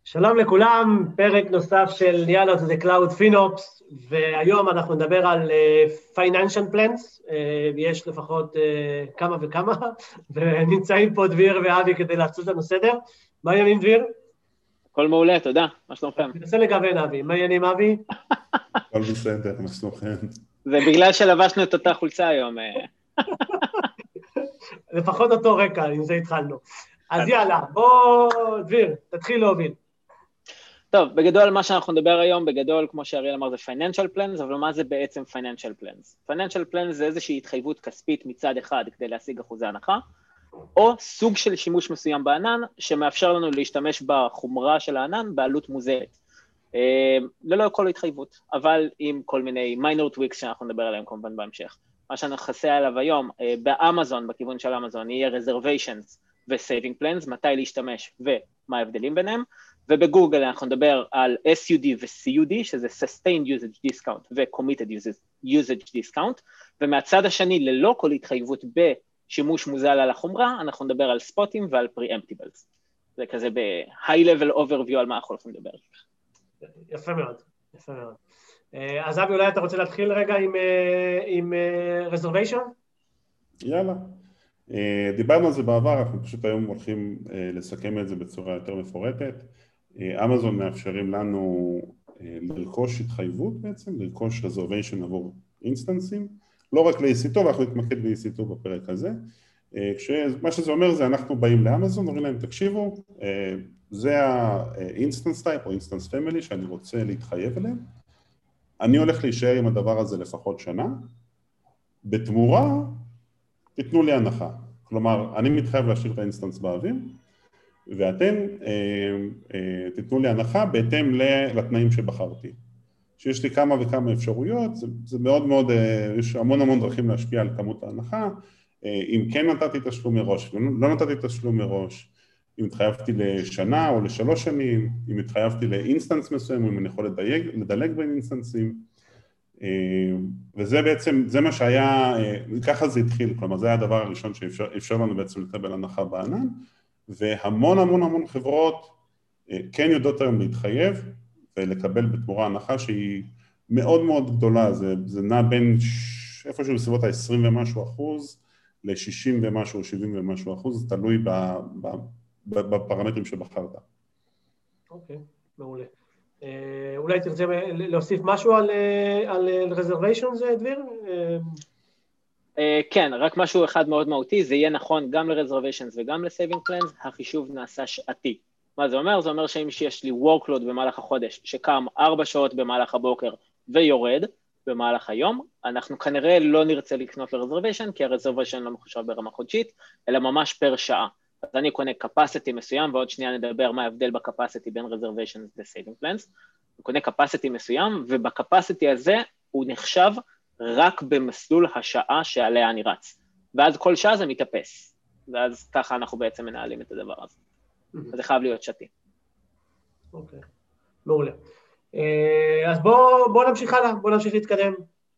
שלום לכולם, פרק נוסף של יאללה זה Cloud FinOps, והיום אנחנו נדבר על Financial Plans, ויש לפחות כמה וכמה, ונמצאים פה דביר ואבי כדי לעשות לנו סדר. מה העניינים דביר? הכל מעולה, תודה, מה שלומכם? ננסה לגוון אבי, מה העניינים אבי? הכל בסדר, מה שלומכם? זה בגלל שלבשנו את אותה חולצה היום. לפחות אותו רקע, עם זה התחלנו. אז יאללה, בוא דביר, תתחיל להוביל. טוב, בגדול מה שאנחנו נדבר היום, בגדול כמו שאריאל אמר זה Financial Plans, אבל מה זה בעצם Financial Plans? Financial Plans זה איזושהי התחייבות כספית מצד אחד כדי להשיג אחוזי הנחה, או סוג של שימוש מסוים בענן שמאפשר לנו להשתמש בחומרה של הענן בעלות מוזלת. ללא כל התחייבות, אבל עם כל מיני minor tweaks שאנחנו נדבר עליהם כמובן בהמשך. מה שאני נכנסה עליו היום, באמזון, בכיוון של אמזון, יהיה reservations ו-saving plans, מתי להשתמש ומה ההבדלים ביניהם, ובגוגל אנחנו נדבר על SUD ו-CUD, שזה Sustained Usage Discount ו-Committed Usage Discount, ומהצד השני, ללא כל התחייבות בשימוש מוזל על החומרה, אנחנו נדבר על ספוטים ועל Preemptibles. זה כזה ב-high level overview על מה אנחנו הולכים לדבר. יפה מאוד, יפה מאוד. אז אבי, אולי אתה רוצה להתחיל רגע עם reservation? יאללה. דיברנו על זה בעבר, אנחנו פשוט היום הולכים לסכם את זה בצורה יותר מפורטת. אמזון מאפשרים לנו לרכוש התחייבות בעצם, לרכוש reservation עבור אינסטנסים, לא רק ל-EC2, ואנחנו נתמקד ב-EC2 בפרק הזה. מה שזה אומר זה אנחנו באים לאמזון, אומרים להם תקשיבו, זה ה-instance type או instance family שאני רוצה להתחייב אליהם, אני הולך להישאר עם הדבר הזה לפחות שנה, בתמורה תיתנו לי הנחה, כלומר אני מתחייב להשאיר את האינסטנס באוויר, ואתם תיתנו לי הנחה בהתאם לתנאים שבחרתי. שיש לי כמה וכמה אפשרויות, זה מאוד מאוד, יש המון דרכים להשפיע על כמות ההנחה, אם כן נתתי תשלום מראש, לא נתתי תשלום מראש, אם התחייבתי לשנה או לשלוש שנים, אם התחייבתי לאינסטנס מסוים, אם אני יכול לדלג בין אינסטנסים, וזה בעצם, זה מה שהיה, ככה זה התחיל, כלומר זה היה הדבר הראשון שאפשר לנו בעצם לקבל הנחה בענן, והמון חברות כן יודעות היום להתחייב, ולקבל בתמורה הנחה שהיא מאוד מאוד גדולה, זה נע בין איפשהו בסביבות ה-20 ומשהו אחוז, ל-60 ומשהו, 70 ומשהו אחוז, תלוי בפרמטרים שבחרת. אוקיי, מעולה. אולי תרצה להוסיף משהו על reservation זה, דביר? כן, רק משהו אחד מאוד מהותי, זה יהיה נכון גם ל-reservations וגם ל-saving plans, החישוב נעשה שעתי. מה זה אומר? זה אומר שאם יש לי workload במהלך החודש, שקם 4 שעות במהלך הבוקר ויורד במהלך היום, אנחנו כנראה לא נרצה לקנות ל-reservation, כי ה-reservation לא מחושב ברמה חודשית, אלא ממש פר שעה. אז אני קונה capacity מסוים, ועוד שנייה נדבר מה ההבדל ב-capacity בין reservations ו-saving plans. אני קונה capacity מסוים, וב-capacity הזה הוא נחשב רק במסלול השעה שעליה אני רץ. ואז כל שעה זה מתאפס. ואז ככה אנחנו בעצם מנהלים את הדבר הזה. אז זה חייב להיות שעתי. אוקיי, מעולה. אז בוא נמשיך הלאה, בוא נמשיך להתקדם.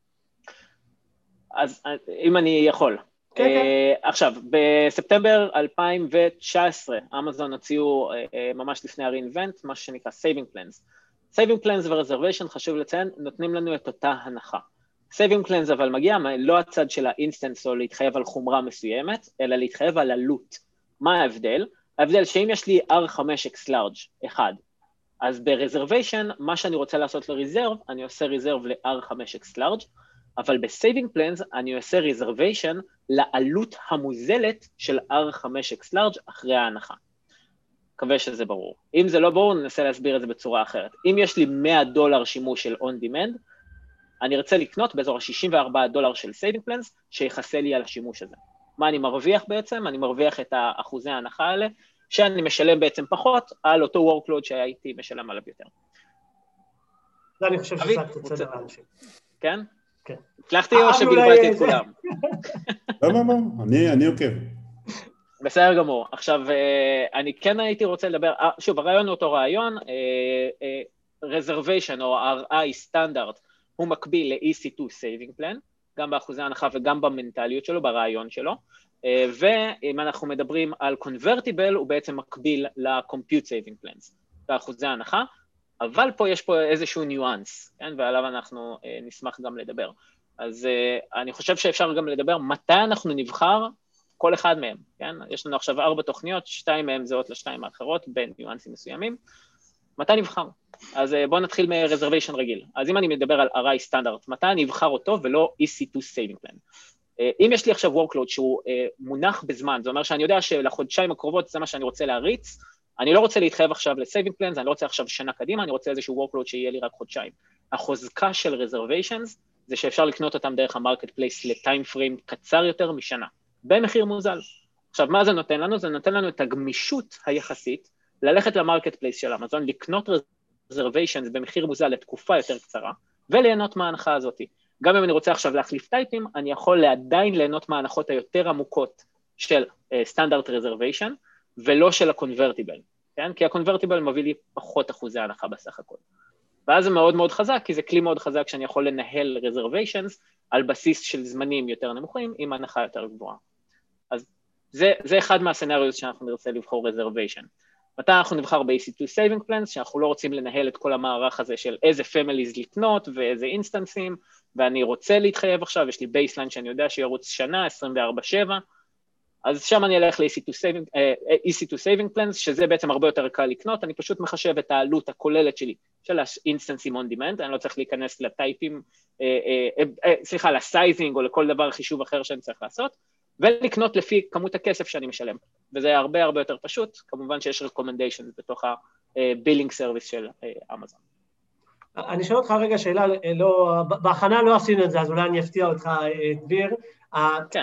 אז אם אני יכול. כן. עכשיו, בספטמבר 2019, אמזון הוציאו ממש לפני ה-reinvent, מה שנקרא saving plans. saving plans ו-reservation, חשוב לציין, נותנים לנו את אותה הנחה. saving plans אבל מגיע לא הצד של האינסטנס או להתחייב על חומרה מסוימת, אלא להתחייב על עלות. מה ההבדל? ההבדל שאם יש לי R5X large אחד, אז ב-reservation, מה שאני רוצה לעשות ל-reserve, אני עושה reserve ל-R5X large, אבל ב-saving plans אני עושה reservation לעלות המוזלת של R5X large אחרי ההנחה. מקווה שזה ברור. אם זה לא ברור, ננסה להסביר את זה בצורה אחרת. אם יש לי $100 שימוש של on demand, אני ארצה לקנות באזור $64 של saving plans, שיחסה לי על השימוש הזה. מה אני מרוויח בעצם? אני מרוויח את האחוזי ההנחה האלה, שאני משלם בעצם פחות על אותו workload שהייתי משלם עליו יותר. זה אני חושב ששקת את סדר האנשים. כן? כן. הצלחתי או שבלבלתי את כולם? לא, אני עוקב. בסדר גמור. עכשיו, אני כן הייתי רוצה לדבר, שוב, הרעיון הוא אותו רעיון, reservation או RI סטנדרט, הוא מקביל ל-EC2 saving plan, גם באחוזי ההנחה וגם במנטליות שלו, ברעיון שלו, ואם אנחנו מדברים על convertible, הוא בעצם מקביל ל-compute saving plans. באחוזי ההנחה, אבל פה יש פה איזשהו ניואנס, כן? ועליו אנחנו נשמח גם לדבר. אז אני חושב שאפשר גם לדבר מתי אנחנו נבחר כל אחד מהם, כן? יש לנו עכשיו 4 תוכניות, 2 מהם זהות ל2 האחרות, בין ניואנסים מסוימים. מתי נבחר? אז בואו נתחיל מ-reservation רגיל. אז אם אני מדבר על array סטנדרט, מתי אני אבחר אותו ולא EC2 saving plan? אם יש לי עכשיו workload שהוא מונח בזמן, זה אומר שאני יודע שלחודשיים הקרובות זה מה שאני רוצה להריץ, אני לא רוצה להתחייב עכשיו ל-saving plans, אני לא רוצה עכשיו שנה קדימה, אני רוצה איזשהו workload שיהיה לי רק חודשיים. החוזקה של reservations זה שאפשר לקנות אותם דרך המרקט פלייס לטיים פריים קצר יותר משנה, במחיר מוזל. עכשיו, מה זה נותן לנו? זה נותן לנו את הגמישות היחסית, ללכת למרקט פלייס של אמזון, לקנות reservations במחיר מוזל לתקופה יותר קצרה, וליהנות מההנחה הזאת. גם אם אני רוצה עכשיו להחליף טייפים, אני יכול עדיין ליהנות מההנחות היותר עמוקות של סטנדרט reservation, ולא של ה-convertible, כן? כי ה-convertible מביא לי פחות אחוזי הנחה בסך הכל. ואז זה מאוד מאוד חזק, כי זה כלי מאוד חזק שאני יכול לנהל reservations על בסיס של זמנים יותר נמוכים, עם הנחה יותר גבוהה. אז זה אחד מהסנריוס שאנחנו נרצה לבחור reservation. מתי אנחנו נבחר ב-EC2 saving plans, שאנחנו לא רוצים לנהל את כל המערך הזה של איזה families לקנות ואיזה אינסטנסים, ואני רוצה להתחייב עכשיו, יש לי בייסליין שאני יודע שירוץ שנה, 24/7, אז שם אני אלך ל-EC2 saving plans, שזה בעצם הרבה יותר קל לקנות, אני פשוט מחשב את העלות הכוללת שלי, של ה-instancing on demand, אני לא צריך להיכנס לטייפים, לסייזינג או לכל דבר חישוב אחר שאני צריך לעשות, ולקנות לפי כמות הכסף שאני משלם, וזה הרבה הרבה יותר פשוט, כמובן שיש recommendations בתוך ה-billing service של אמזון. אני שואל אותך רגע שאלה, בהכנה לא עשינו את זה, אז אולי אני אפתיע אותך, דביר. כן.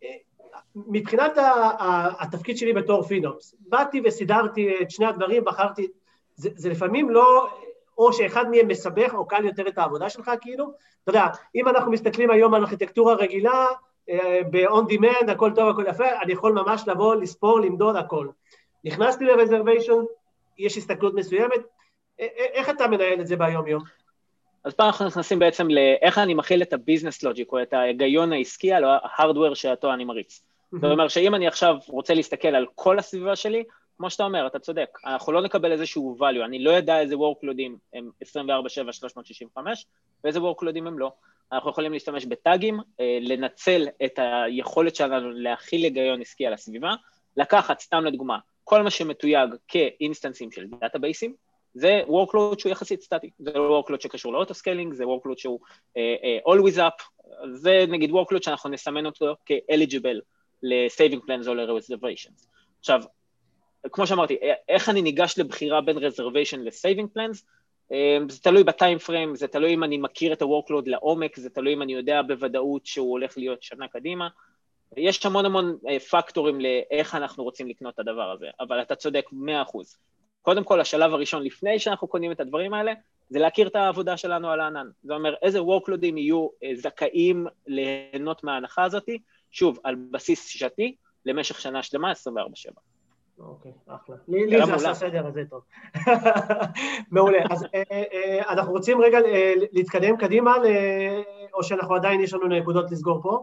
מבחינת התפקיד שלי בתור פינופס, באתי וסידרתי את שני הדברים, בחרתי, זה לפעמים לא, או שאחד מהם מסבך או קל יותר את העבודה שלך, כאילו, אתה יודע, אם אנחנו מסתכלים היום על ארכיטקטורה רגילה, ב-on demand, הכל טוב, הכל יפה, אני יכול ממש לבוא, לספור, למדוד הכל. נכנסתי ל-reservation, יש הסתכלות מסוימת, איך אתה מנהל את זה ביום יום? אז פעם אנחנו נכנסים בעצם לאיך אני מכיל את הביזנס לוג'יק, או את ההיגיון העסקי, על ההרדוור שאותו אני מריץ. זאת אומרת שאם אני עכשיו רוצה להסתכל על כל הסביבה שלי, כמו שאתה אומר, אתה צודק, אנחנו לא נקבל איזשהו value, אני לא יודע איזה workloadים הם 24/7/365, ואיזה workloadים הם לא. אנחנו יכולים להשתמש בטאגים, לנצל את היכולת שלנו להכיל היגיון עסקי על הסביבה, לקחת, סתם לדוגמה, כל מה שמתויג כאינסטנסים של דאטאבייסים, זה workload שהוא יחסית סטטי, זה לא workload שקשור לאוטוסקיילינג, זה workload שהוא always up, זה נגיד workload שאנחנו נסמן אותו כ-eligible ל-saving plans או ל-reservations. עכשיו, כמו שאמרתי, איך אני ניגש לבחירה בין reservation ל-saving plans, זה תלוי בטיים פריים, זה תלוי אם אני מכיר את ה-workload לעומק, זה תלוי אם אני יודע בוודאות שהוא הולך להיות שנה קדימה, יש המון פקטורים לאיך אנחנו רוצים לקנות את הדבר הזה, אבל אתה צודק 100%. קודם כל, השלב הראשון לפני שאנחנו קונים את הדברים האלה, זה להכיר את העבודה שלנו על הענן. זה אומר, איזה workloadים יהיו זכאים ליהנות מההנחה הזאת, שוב, על בסיס שעתי, למשך שנה שלמה, 24/7. אוקיי, אחלה. לי זה עשה סדר, אז זה טוב. מעולה. אז אנחנו רוצים רגע להתקדם קדימה, או שאנחנו עדיין יש לנו נקודות לסגור פה?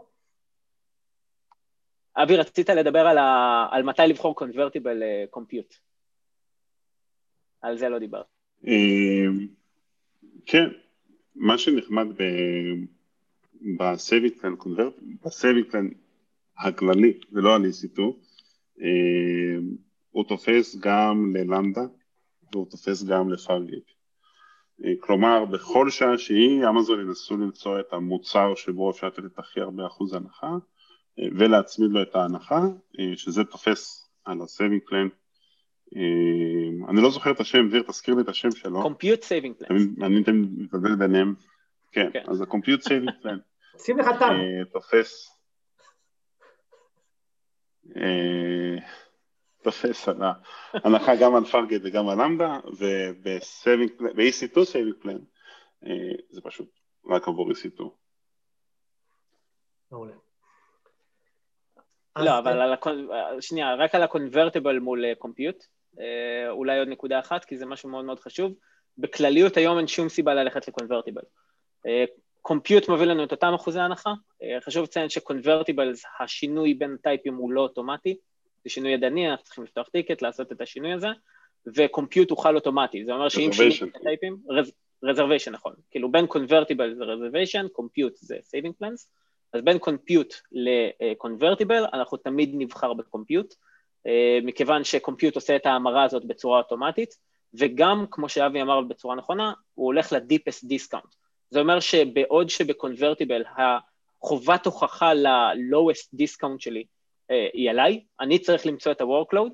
אבי, רצית לדבר על מתי לבחור convertible compute. על זה לא דיבר. כן, מה שנחמד ב-saving plan הכללי, ולא על EC2, הוא תופס גם ללמדה, והוא תופס גם לפארגייט. כלומר, בכל שעה שהיא, אמזון ינסו למצוא את המוצר שבו אפשר לתת את הכי הרבה אחוז הנחה, ולהצמיד לו את ההנחה, שזה תופס על ה-saving plan. אני לא זוכר את השם, דביר, תזכיר לי את השם שלו. Compute Saving Plans. אני מתבלבל ביניהם. כן, אז ה-Compute Saving Plan. שים לך טאג. תופס על ההנחה גם על פארגייט וגם על למדה, וב-EC2 Saving Plan זה פשוט רק עבור EC2. מעולה. לא, אבל שנייה, רק על ה-convertible מול compute, אולי עוד נקודה אחת, כי זה משהו מאוד מאוד חשוב. בכלליות היום אין שום סיבה ללכת ל-convertible. compute מביא לנו את אותם אחוזי ההנחה, חשוב לציין ש-convertible, השינוי בין טייפים הוא לא אוטומטי, זה שינוי ידני, אנחנו צריכים לפתוח טיקט, לעשות את השינוי הזה, ו-compute הוא חל אוטומטי, זה אומר שאם שיניתי את הטייפים, reservation נכון, כאילו בין convertible זה reservation, compute זה saving plans, אז בין compute ל-convertible אנחנו תמיד נבחר ב-compute, מכיוון ש-compute עושה את ההמרה הזאת בצורה אוטומטית, וגם, כמו שאבי אמר בצורה נכונה, הוא הולך ל-deepest discount. זה אומר שבעוד שב-convertible החובת הוכחה ל-lowest discount שלי היא עליי, אני צריך למצוא את ה-workload,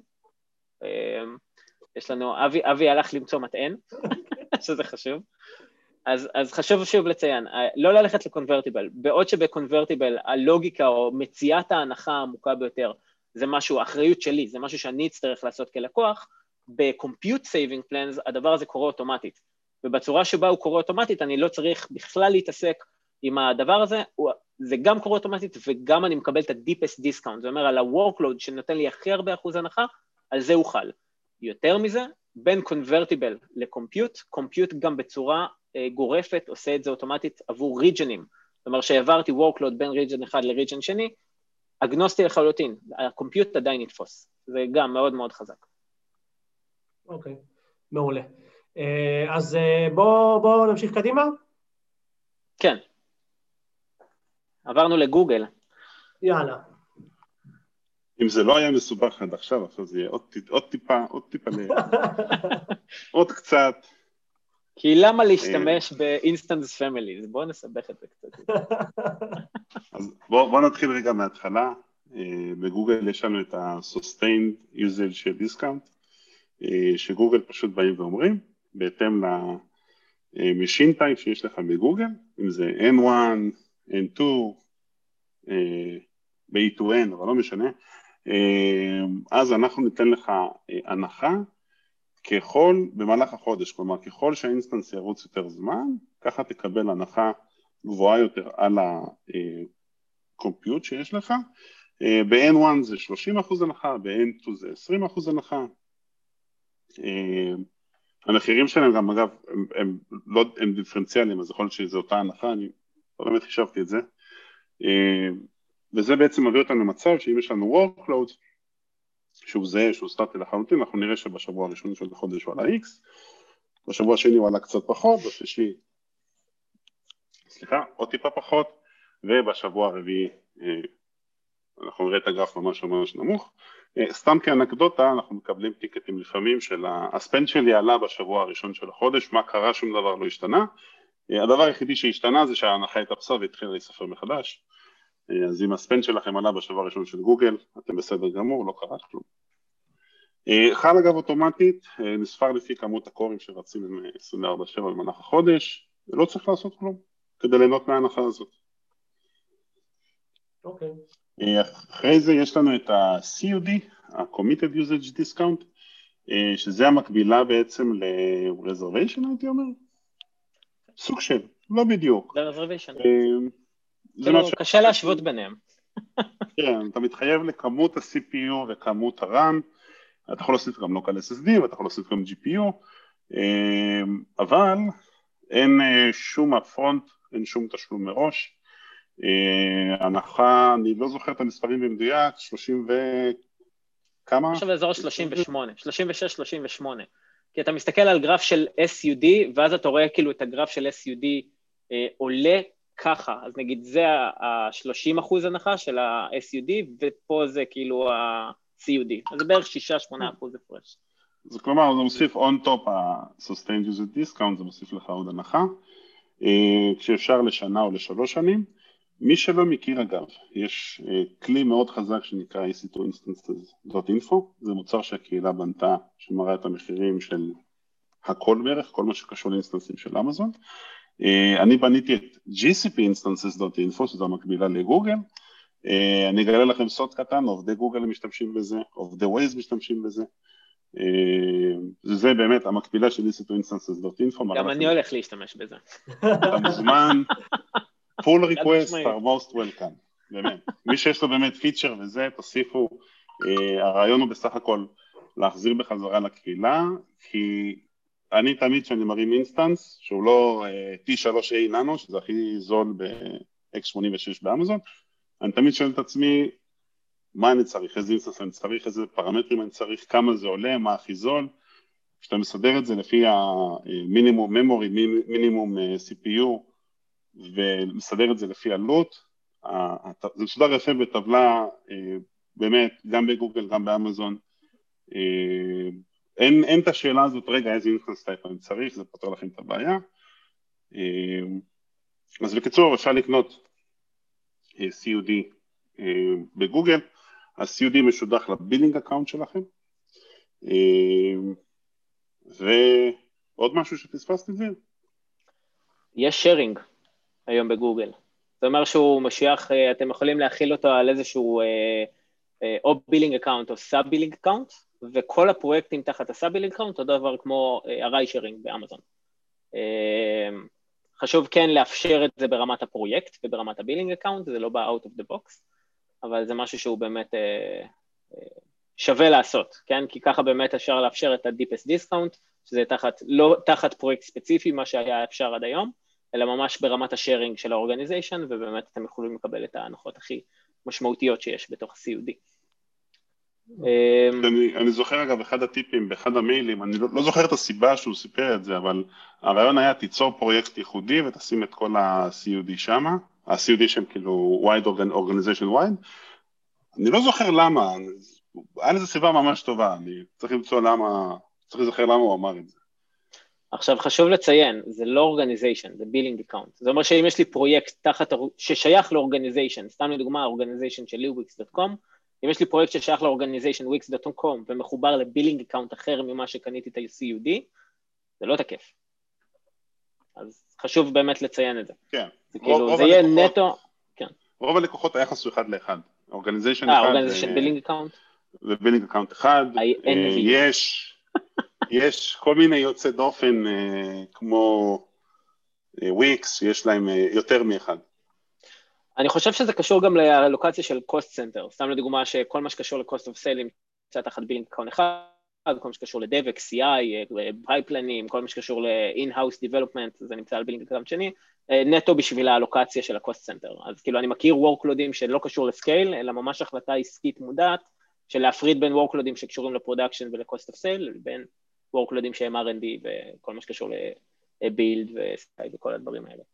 יש לנו, אבי הלך למצוא מטען, שזה חשוב, אז חשוב שוב לציין, לא ללכת ל-convertible, בעוד שב-convertible הלוגיקה או מציאת ההנחה העמוקה ביותר, זה משהו, האחריות שלי, זה משהו שאני אצטרך לעשות כלקוח, ב-compute saving plans הדבר הזה קורה אוטומטית, ובצורה שבה הוא קורה אוטומטית, אני לא צריך בכלל להתעסק עם הדבר הזה, זה גם קורה אוטומטית, וגם אני מקבל את ה-deepest discount, זה אומר על ה-workload שנותן לי הכי הרבה אחוז הנחה, על זה הוא חל. יותר מזה, בין convertible ל-compute, compute גם בצורה גורפת, עושה את זה אוטומטית עבור regionים, זאת אומרת שהעברתי workload בין region אחד ל-region שני, אגנוסטי לחלוטין, ה-compute עדיין יתפוס, זה גם מאוד מאוד חזק. אוקיי, מעולה. אז בואו נמשיך קדימה? כן. עברנו לגוגל. יאללה. אם זה לא היה מסובך עד עכשיו, עכשיו זה יהיה עוד טיפה, עוד קצת. כי למה להשתמש באינסטנס פמיליז? בואו נסבך את זה קצת. אז בואו נתחיל רגע מההתחלה. בגוגל יש לנו את ה-Sustained Usage Discount, שגוגל פשוט באים ואומרים, בהתאם ל-Machine Type שיש לך בגוגל, אם זה N1, N2, ב-E2N, אבל לא משנה, אז אנחנו ניתן לך הנחה במהלך החודש, כלומר ככל שהאינסטנס ירוץ יותר זמן, ככה תקבל הנחה גבוהה יותר על הקומפיוט שיש לך, ב-N1 זה 30% הנחה, ב-N2 זה 20% הנחה, המחירים שלהם גם אגב הם דיפרנציאליים, אז יכול להיות שזה אותה הנחה, אני לא באמת חשבתי את זה, וזה בעצם מביא אותנו למצב שאם יש לנו workload שהוא זהה, שהוא סטטי לחלוטין, אנחנו נראה שבשבוע הראשון של החודש הוא עלה X, בשבוע השני הוא עלה קצת פחות, בשלישי, עוד טיפה פחות, ובשבוע הרביעי אנחנו נראה את הגרף ממש ממש נמוך. סתם כאנקדוטה, אנחנו מקבלים טיקטים לפעמים של הספנד שלי עלה בשבוע הראשון של החודש, מה קרה, שום דבר לא השתנה, הדבר היחידי שהשתנה זה שההנחה התאפסה והתחילה להיספר מחדש, אז אם הספנד שלכם עלה בשבוע הראשון של גוגל, אתם בסדר גמור, לא קרה כלום. חל אגב אוטומטית, נספר לפי כמות הקורים שרצים 24/7 במהלך החודש, לא צריך לעשות כלום, כדי ליהנות מההנחה הזאת. אוקיי. אחרי זה יש לנו את ה-CUD, ה-Committed Usage Discount, שזה המקבילה בעצם ל-Reservation, הייתי אומר? סוג של, לא בדיוק. ל-Reservation. קשה להשוות ביניהם. כן, אתה מתחייב לכמות ה-CPU וכמות ה-RAM, אתה יכול להוסיף גם local SSD ואתה יכול להוסיף גם GPU, אבל אין שום upfront, אין שום תשלום מראש, הנחה, אני לא זוכר את המספרים במדויק, 30 וכמה? עכשיו באזור 38, 36, 38, כי אתה מסתכל על גרף של SUD, ואז אתה רואה כאילו את הגרף של SUD עולה ככה, אז נגיד זה ה-30% הנחה של ה-SUD, ופה זה כאילו ה-CUD, אז זה בערך 6-8% הפרש. זה כלומר, זה מוסיף on top ה-Sustained Usage Discount, זה מוסיף לך עוד הנחה, כשאפשר לשנה או ל3 שנים. מי שלא מכיר אגב, יש כלי מאוד חזק שנקרא EC2Instances.info, זה מוצר שהקהילה בנתה, שמראה את המחירים של הכל בערך, כל מה שקשור לאינסטנסים של אמזון. אני בניתי את GCP-Instances.info, שזו המקבילה לגוגל, אני אגלה לכם סוד קטן, עובדי גוגל משתמשים בזה, עובדי ווייז משתמשים בזה, זה באמת המקבילה של EC2Instances.info. גם אני הולך להשתמש בזה. אתה מוזמן, pull request are most welcome, באמת. מי שיש לו באמת פיצ'ר וזה, תוסיפו, הרעיון הוא בסך הכל להחזיר בחזרה לקהילה, כי אני תמיד שאני מרים אינסטנס, שהוא לא T3A ננו, שזה הכי זול ב-X86 באמזון, אני תמיד שואל את עצמי, מה אני צריך, איזה אינסטנס אני צריך, איזה פרמטרים אני צריך, כמה זה עולה, מה הכי זול, כשאתה מסדר את זה לפי המינימום memory, מינימום CPU, ומסדר את זה לפי עלות, זה מסודר יפה בטבלה, באמת, גם בגוגל, גם באמזון, אין את השאלה הזאת, רגע, איזה אינסטנס טייפ אני צריך, זה פותר לכם את הבעיה. אז בקיצור, אפשר לקנות CUD בגוגל, ה-CUD משודך לבילינג אקאונט שלכם, ועוד משהו שפספסתי זה? יש שיירינג היום בגוגל. זה אומר שהוא משיח, אתם יכולים להכיל אותו על איזשהו או בילינג אקאונט או סאב בילינג אקאונט, וכל הפרויקטים תחת הסאב בילינג אקאונט, אותו דבר כמו הרי שיירינג באמזון. חשוב כן לאפשר את זה ברמת הפרויקט וברמת הבילינג אקאונט, זה לא בא-out of the box, אבל זה משהו שהוא באמת שווה לעשות, כן? כי ככה באמת אפשר לאפשר את ה-deepest discount, שזה לא תחת פרויקט ספציפי, מה שהיה אפשר עד היום, אלא ממש ברמת השיירינג של האורגניזיישן, ובאמת אתם יכולים לקבל את ההנחות הכי משמעותיות שיש בתוך ה-CUD. אני זוכר אגב אחד הטיפים, באחד המיילים, אני לא זוכר את הסיבה שהוא סיפר את זה, אבל הרעיון היה תיצור פרויקט ייחודי ותשים את כל ה-CUD שם, ה-CUD שהם כאילו wide organization wide, אני לא זוכר למה, היה לזה סיבה ממש טובה, אני צריך לזכר למה הוא אמר את זה. עכשיו חשוב לציין, זה לא אורגניזיישן, זה בילינג אקאונט. זה אומר שאם יש לי פרויקט ששייך לאורגניזיישן, סתם לדוגמה אורגניזיישן של wix.com, אם יש לי פרויקט ששייך לאורגניזיישן wix.com ומחובר לבילינג אקאונט אחר ממה שקניתי את ה-CUD, זה לא תקף. אז חשוב באמת לציין את זה. כן. זה כאילו, זה יהיה נטו, כן. רוב הלקוחות היחס הוא אחד לאחד. אורגניזיישן אחד. אורגניזיישן בילינג אקאונט. ובילינג אקאונט אחד. יש כל מיני יוצא דופן כמו וויקס, יש להם יותר מאחד. אני חושב שזה קשור גם ללוקציה של cost center, סתם לדוגמה שכל מה שקשור ל-cost of sale נמצא תחת בילינג אקאונט אחד, כל מה שקשור לדבק, CI, פייפלנים, כל מה שקשור ל-in-house development, זה נמצא על בילינג אקאונט שני, נטו בשביל הלוקציה של ה-cost center. אז כאילו אני מכיר workloadים שלא קשור לסקייל, אלא ממש החלטה עסקית מודעת, של להפריד בין workloadים שקשורים לפרודקשן ול-cost of sale, לבין workloadים שהם R&D וכל מה שקשור ל-build ו-CI וכל הדברים האלה.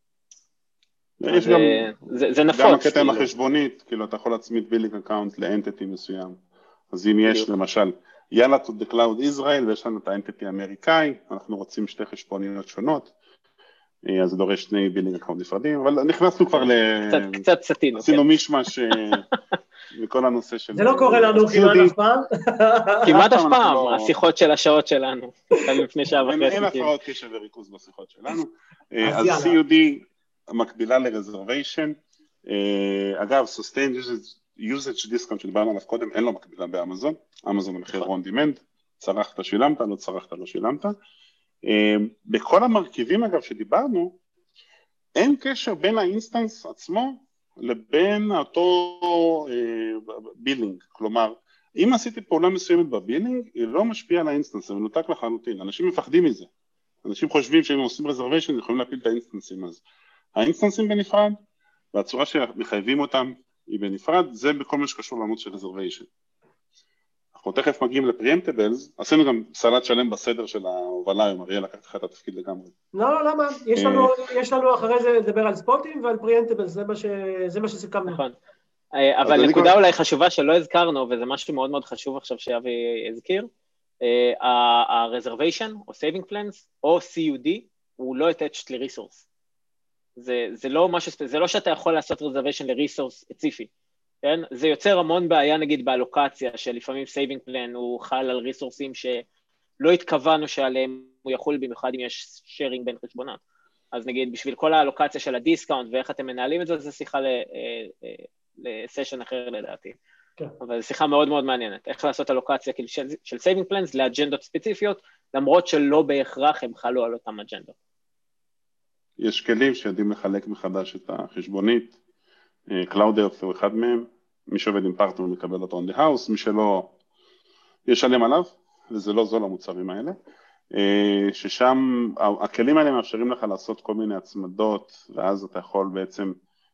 יש גם נפוץ. גם הקטע עם החשבונית, כאילו אתה יכול להצמיד בילינג אקאונט לאנטיטי מסוים. אז אם יש למשל, יאללה to the cloud Israel, ויש לנו את האנטיטי האמריקאי, אנחנו רוצים שתי חשבוניות שונות, אז זה דורש שני בילינג אקאונט נפרדים, אבל נכנסנו כבר קצת סטינו. עשינו מישמש מכל הנושא של... זה לא קורה לנו כמעט אף פעם. כמעט אף פעם, השיחות של השעות שלנו. אין הפרעות קשב וריכוז בשיחות שלנו. אז CUD מקבילה ל-reservation, אגב, sustained usage discount שדיברנו עליו קודם, אין לו מקבילה באמזון, אמזון המחיר on demand, צרכת שילמת, לא צרכת לא שילמת, בכל המרכיבים אגב שדיברנו, אין קשר בין האינסטנס עצמו לבין אותו בילינג, כלומר, אם עשיתי פעולה מסוימת בבילינג, היא לא משפיעה על האינסטנס, זה מנותק לחלוטין, אנשים מפחדים מזה, אנשים חושבים שהם עושים reservation, יכולים להפיל את האינסטנסים, אז האינסטנסים בנפרד, והצורה שמחייבים אותם היא בנפרד, זה בכל מה שקשור לעמוד של reservation. אנחנו תכף מגיעים לפריאמפטבלס, עשינו גם סלט שלם בסדר של ההובלה, עם אריאל לקח לך את התפקיד לגמרי. לא, למה? יש לנו אחרי זה לדבר על ספוטים ועל פריאמפטבלס, זה מה שסיכמנו. נכון. אבל נקודה אולי חשובה שלא הזכרנו, וזה משהו מאוד מאוד חשוב עכשיו שאבי הזכיר, ה-reservation או saving plans או CUD הוא לא attached ל-resource. זה לא שאתה יכול לעשות reservation ל-resource ספציפי, כן? זה יוצר המון בעיה נגיד באלוקציה, שלפעמים saving plan הוא חל על ריסורסים שלא התכוונו שעליהם הוא יחול, במיוחד אם יש sharing בין חשבונות. אז נגיד בשביל כל האלוקציה של הדיסקאונט ואיך אתם מנהלים את זה, זה שיחה לסשן אחר לדעתי. כן. אבל זו שיחה מאוד מאוד מעניינת, איך לעשות אלוקציה של saving plans לאג'נדות ספציפיות, למרות שלא בהכרח הם חלו על אותם אג'נדות. יש כלים שיודעים לחלק מחדש את החשבונית, Cloud הוא אחד מהם, מי שעובד עם פרטנר מקבל אותו on the house, מי שלא ישלם עליו, וזה לא זול המוצרים האלה, ששם הכלים האלה מאפשרים לך לעשות כל מיני הצמדות, ואז אתה יכול בעצם,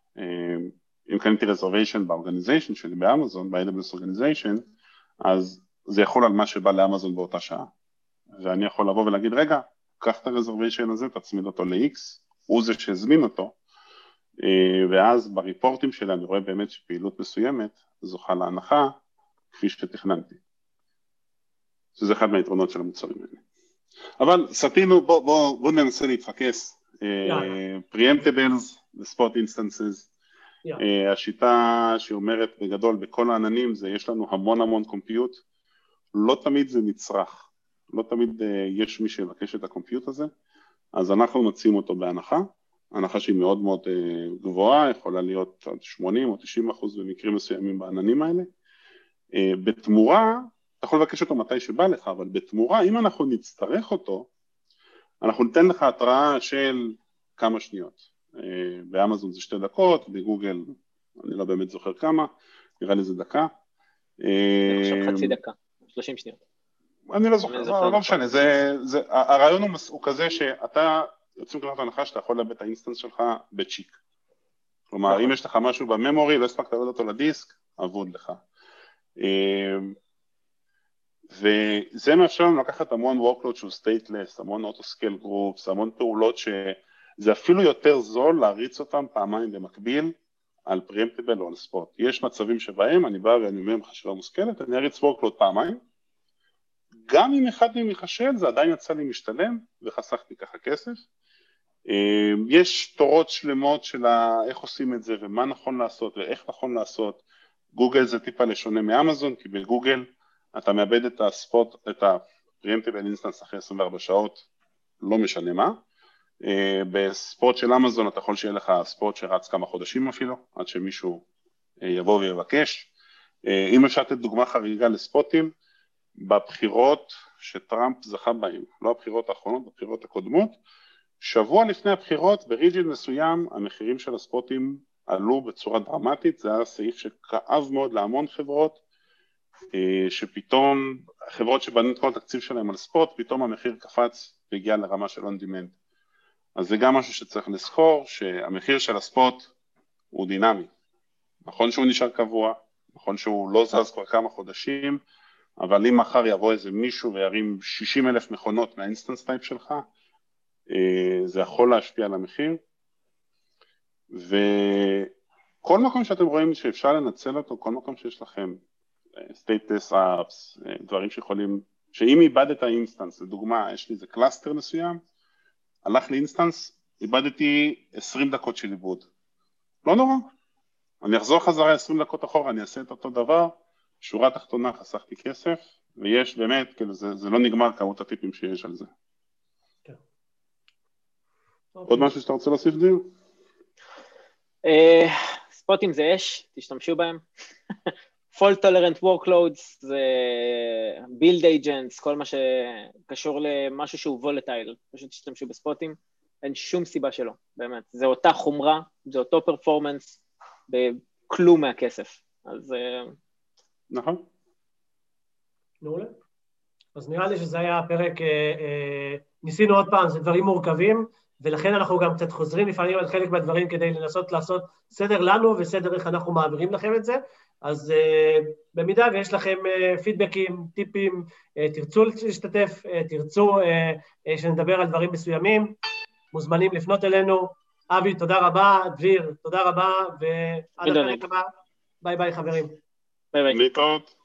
אם קניתי reservation באורגניזיישן שלי באמזון, ב-AWS Organization, אז זה יכול על מה שבא לאמזון באותה שעה. ואני יכול לבוא ולהגיד, רגע, קח את הרזרוויישן הזה, תצמיד אותו ל-X, הוא זה שהזמין אותו, ואז בריפורטים שלי אני רואה באמת שפעילות מסוימת זוכה להנחה כפי שתכננתי. שזה אחד מהיתרונות של המוצרים האלה. אבל סטינו, בוא ננסה להתפקס. Preemptables, ו-Spot Instances, השיטה שאומרת בגדול בכל העננים זה יש לנו המון קומפיוט, לא תמיד זה נצרך, לא תמיד יש מי שיבקש את הקומפיוט הזה, אז אנחנו מציעים אותו בהנחה, הנחה שהיא מאוד מאוד גבוהה, יכולה להיות עד 80 או 90% במקרים מסוימים בעננים האלה. בתמורה, אתה יכול לבקש אותו מתי שבא לך, אבל בתמורה, אם אנחנו נצטרך אותו, אנחנו ניתן לך התראה של כמה שניות. באמזון זה 2 דקות, בגוגל אני לא באמת זוכר כמה, נראה לי זה דקה. אני חושב חצי דקה, 30 שניות. אני לא זוכר, לא משנה, הרעיון הוא כזה שאתה יוצאים כלומר הנחה שאתה יכול לאבד את האינסטנס שלך בצ'יק. כלומר, אם יש לך משהו בממורי, לא הספקת לאבד אותו לדיסק, אבוד לך. וזה מאפשר לנו לקחת המון workload שהוא stateless, המון auto-scale groups, המון פעולות שזה אפילו יותר זול להריץ אותם פעמיים במקביל על preemptable או על spot. יש מצבים שבהם אני בא ואני אומר מחשבה מושכלת, אני אריץ workload פעמיים, גם אם אחד מהם יחשל, זה עדיין יצא לי משתלם וחסכתי ככה כסף. יש תורות שלמות של איך עושים את זה ומה נכון לעשות ואיך נכון לעשות. גוגל זה טיפה לשונה מאמזון, כי בגוגל אתה מאבד את הספוט, את ה-preemptable instance אחרי 24 שעות, לא משנה מה. בספוט של אמזון אתה יכול שיהיה לך ספוט שרץ כמה חודשים אפילו, עד שמישהו יבוא ויבקש. אם אפשר לתת דוגמה חריגה לספוטים, בבחירות שטראמפ זכה בהם, לא הבחירות האחרונות, בבחירות הקודמות, שבוע לפני הבחירות, בריג'ין מסוים, המחירים של הספוטים עלו בצורה דרמטית, זה היה סעיף שכאב מאוד להמון חברות, שפתאום, חברות שבנו את כל התקציב שלהם על ספוט, פתאום המחיר קפץ והגיע לרמה של on demand. אז זה גם משהו שצריך לזכור, שהמחיר של הספוט הוא דינמי. נכון שהוא נשאר קבוע, נכון שהוא לא זז כבר כמה חודשים, אבל אם מחר יבוא איזה מישהו וירים 60,000 מכונות מהאינסטנס טייפ שלך, זה יכול להשפיע על המחיר, וכל מקום שאתם רואים שאפשר לנצל אותו, כל מקום שיש לכם סטייטס אפס, דברים שיכולים, שאם איבדת האינסטנס, לדוגמה, יש לי איזה קלאסטר מסוים, הלך לאינסטנס, איבדתי 20 דקות של עיבוד. לא נורא, אני אחזור חזרה 20 דקות אחורה, אני אעשה את אותו דבר, שורה תחתונה חסכתי כסף, ויש באמת, כאילו זה לא נגמר כמות הטיפים שיש על זה. עוד משהו שאתה רוצה להוסיף דיר? ספוטים זה אש, תשתמשו בהם. Fault tolerant workloads זה build agents, כל מה שקשור למשהו שהוא volatile, פשוט תשתמשו בספוטים, אין שום סיבה שלא, באמת. זה אותה חומרה, זה אותו פרפורמנס, בכלום מהכסף. אז נכון. מעולה. אז נראה לי שזה היה הפרק, ניסינו עוד פעם, זה דברים מורכבים, ולכן אנחנו גם קצת חוזרים לפעמים על חלק מהדברים כדי לנסות לעשות סדר לנו וסדר איך אנחנו מעבירים לכם את זה. אז במידה ויש לכם פידבקים, טיפים, תרצו להשתתף, תרצו שנדבר על דברים מסוימים, מוזמנים לפנות אלינו. אבי, תודה רבה, דביר, תודה רבה, ועד הפרק הבא. ביי ביי חברים. ביי ביי. להתראות.